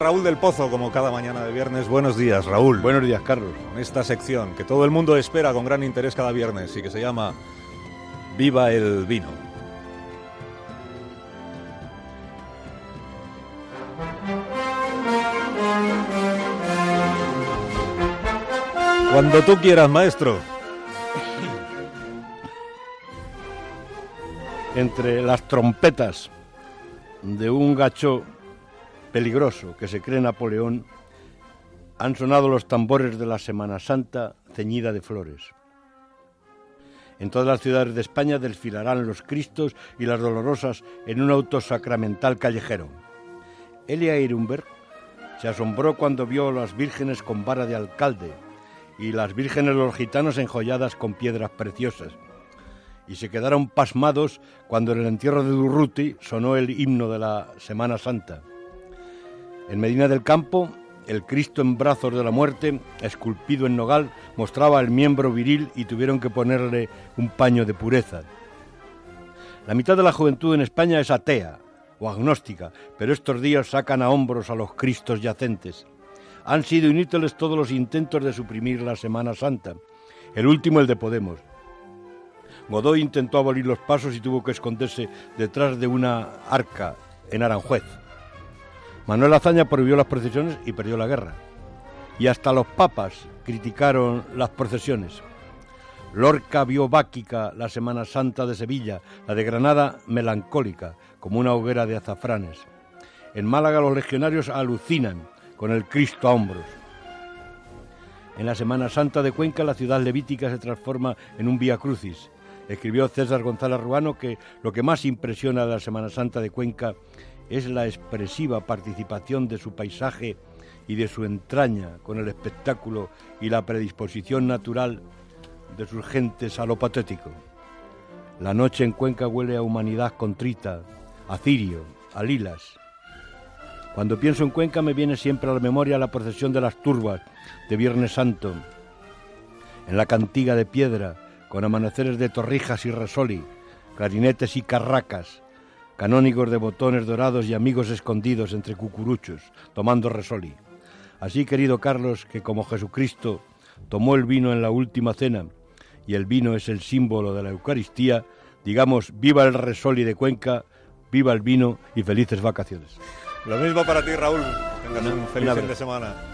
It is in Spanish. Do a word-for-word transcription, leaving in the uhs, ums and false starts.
Raúl del Pozo, como cada mañana de viernes. Buenos días, Raúl. Buenos días, Carlos. Con esta sección que todo el mundo espera con gran interés cada viernes y que se llama Viva el Vino. Cuando tú quieras, maestro. Entre las trompetas de un gacho peligroso que se cree Napoleón, han sonado los tambores de la Semana Santa ceñida de flores. En todas las ciudades de España desfilarán los Cristos y las Dolorosas en un auto sacramental callejero. Elia Irumberg se asombró cuando vio a las vírgenes con vara de alcalde y las vírgenes de los gitanos enjolladas con piedras preciosas, y se quedaron pasmados cuando en el entierro de Durruti sonó el himno de la Semana Santa. En Medina del Campo, el Cristo en brazos de la muerte, esculpido en nogal, mostraba el miembro viril y tuvieron que ponerle un paño de pureza. La mitad de la juventud en España es atea o agnóstica, pero estos días sacan a hombros a los Cristos yacentes. Han sido inútiles todos los intentos de suprimir la Semana Santa, el último el de Podemos. Godoy intentó abolir los pasos y tuvo que esconderse detrás de una arca en Aranjuez. Manuel Azaña prohibió las procesiones y perdió la guerra. Y hasta los papas criticaron las procesiones. Lorca vio báquica la Semana Santa de Sevilla, la de Granada melancólica, como una hoguera de azafranes. En Málaga los legionarios alucinan con el Cristo a hombros. En la Semana Santa de Cuenca la ciudad levítica se transforma en un Vía Crucis. Escribió César González Ruano que lo que más impresiona de la Semana Santa de Cuenca es la expresiva participación de su paisaje y de su entraña con el espectáculo y la predisposición natural de sus gentes a lo patético. La noche en Cuenca huele a humanidad contrita, a cirio, a lilas. Cuando pienso en Cuenca me viene siempre a la memoria la procesión de las turbas de Viernes Santo, en la cantiga de piedra, con amaneceres de torrijas y resoli, clarinetes y carracas, canónigos de botones dorados y amigos escondidos entre cucuruchos, tomando resoli. Así, querido Carlos, que como Jesucristo tomó el vino en la última cena, y el vino es el símbolo de la Eucaristía, digamos, viva el resoli de Cuenca, viva el vino y felices vacaciones. Lo mismo para ti, Raúl. Tengas un feliz fin de semana.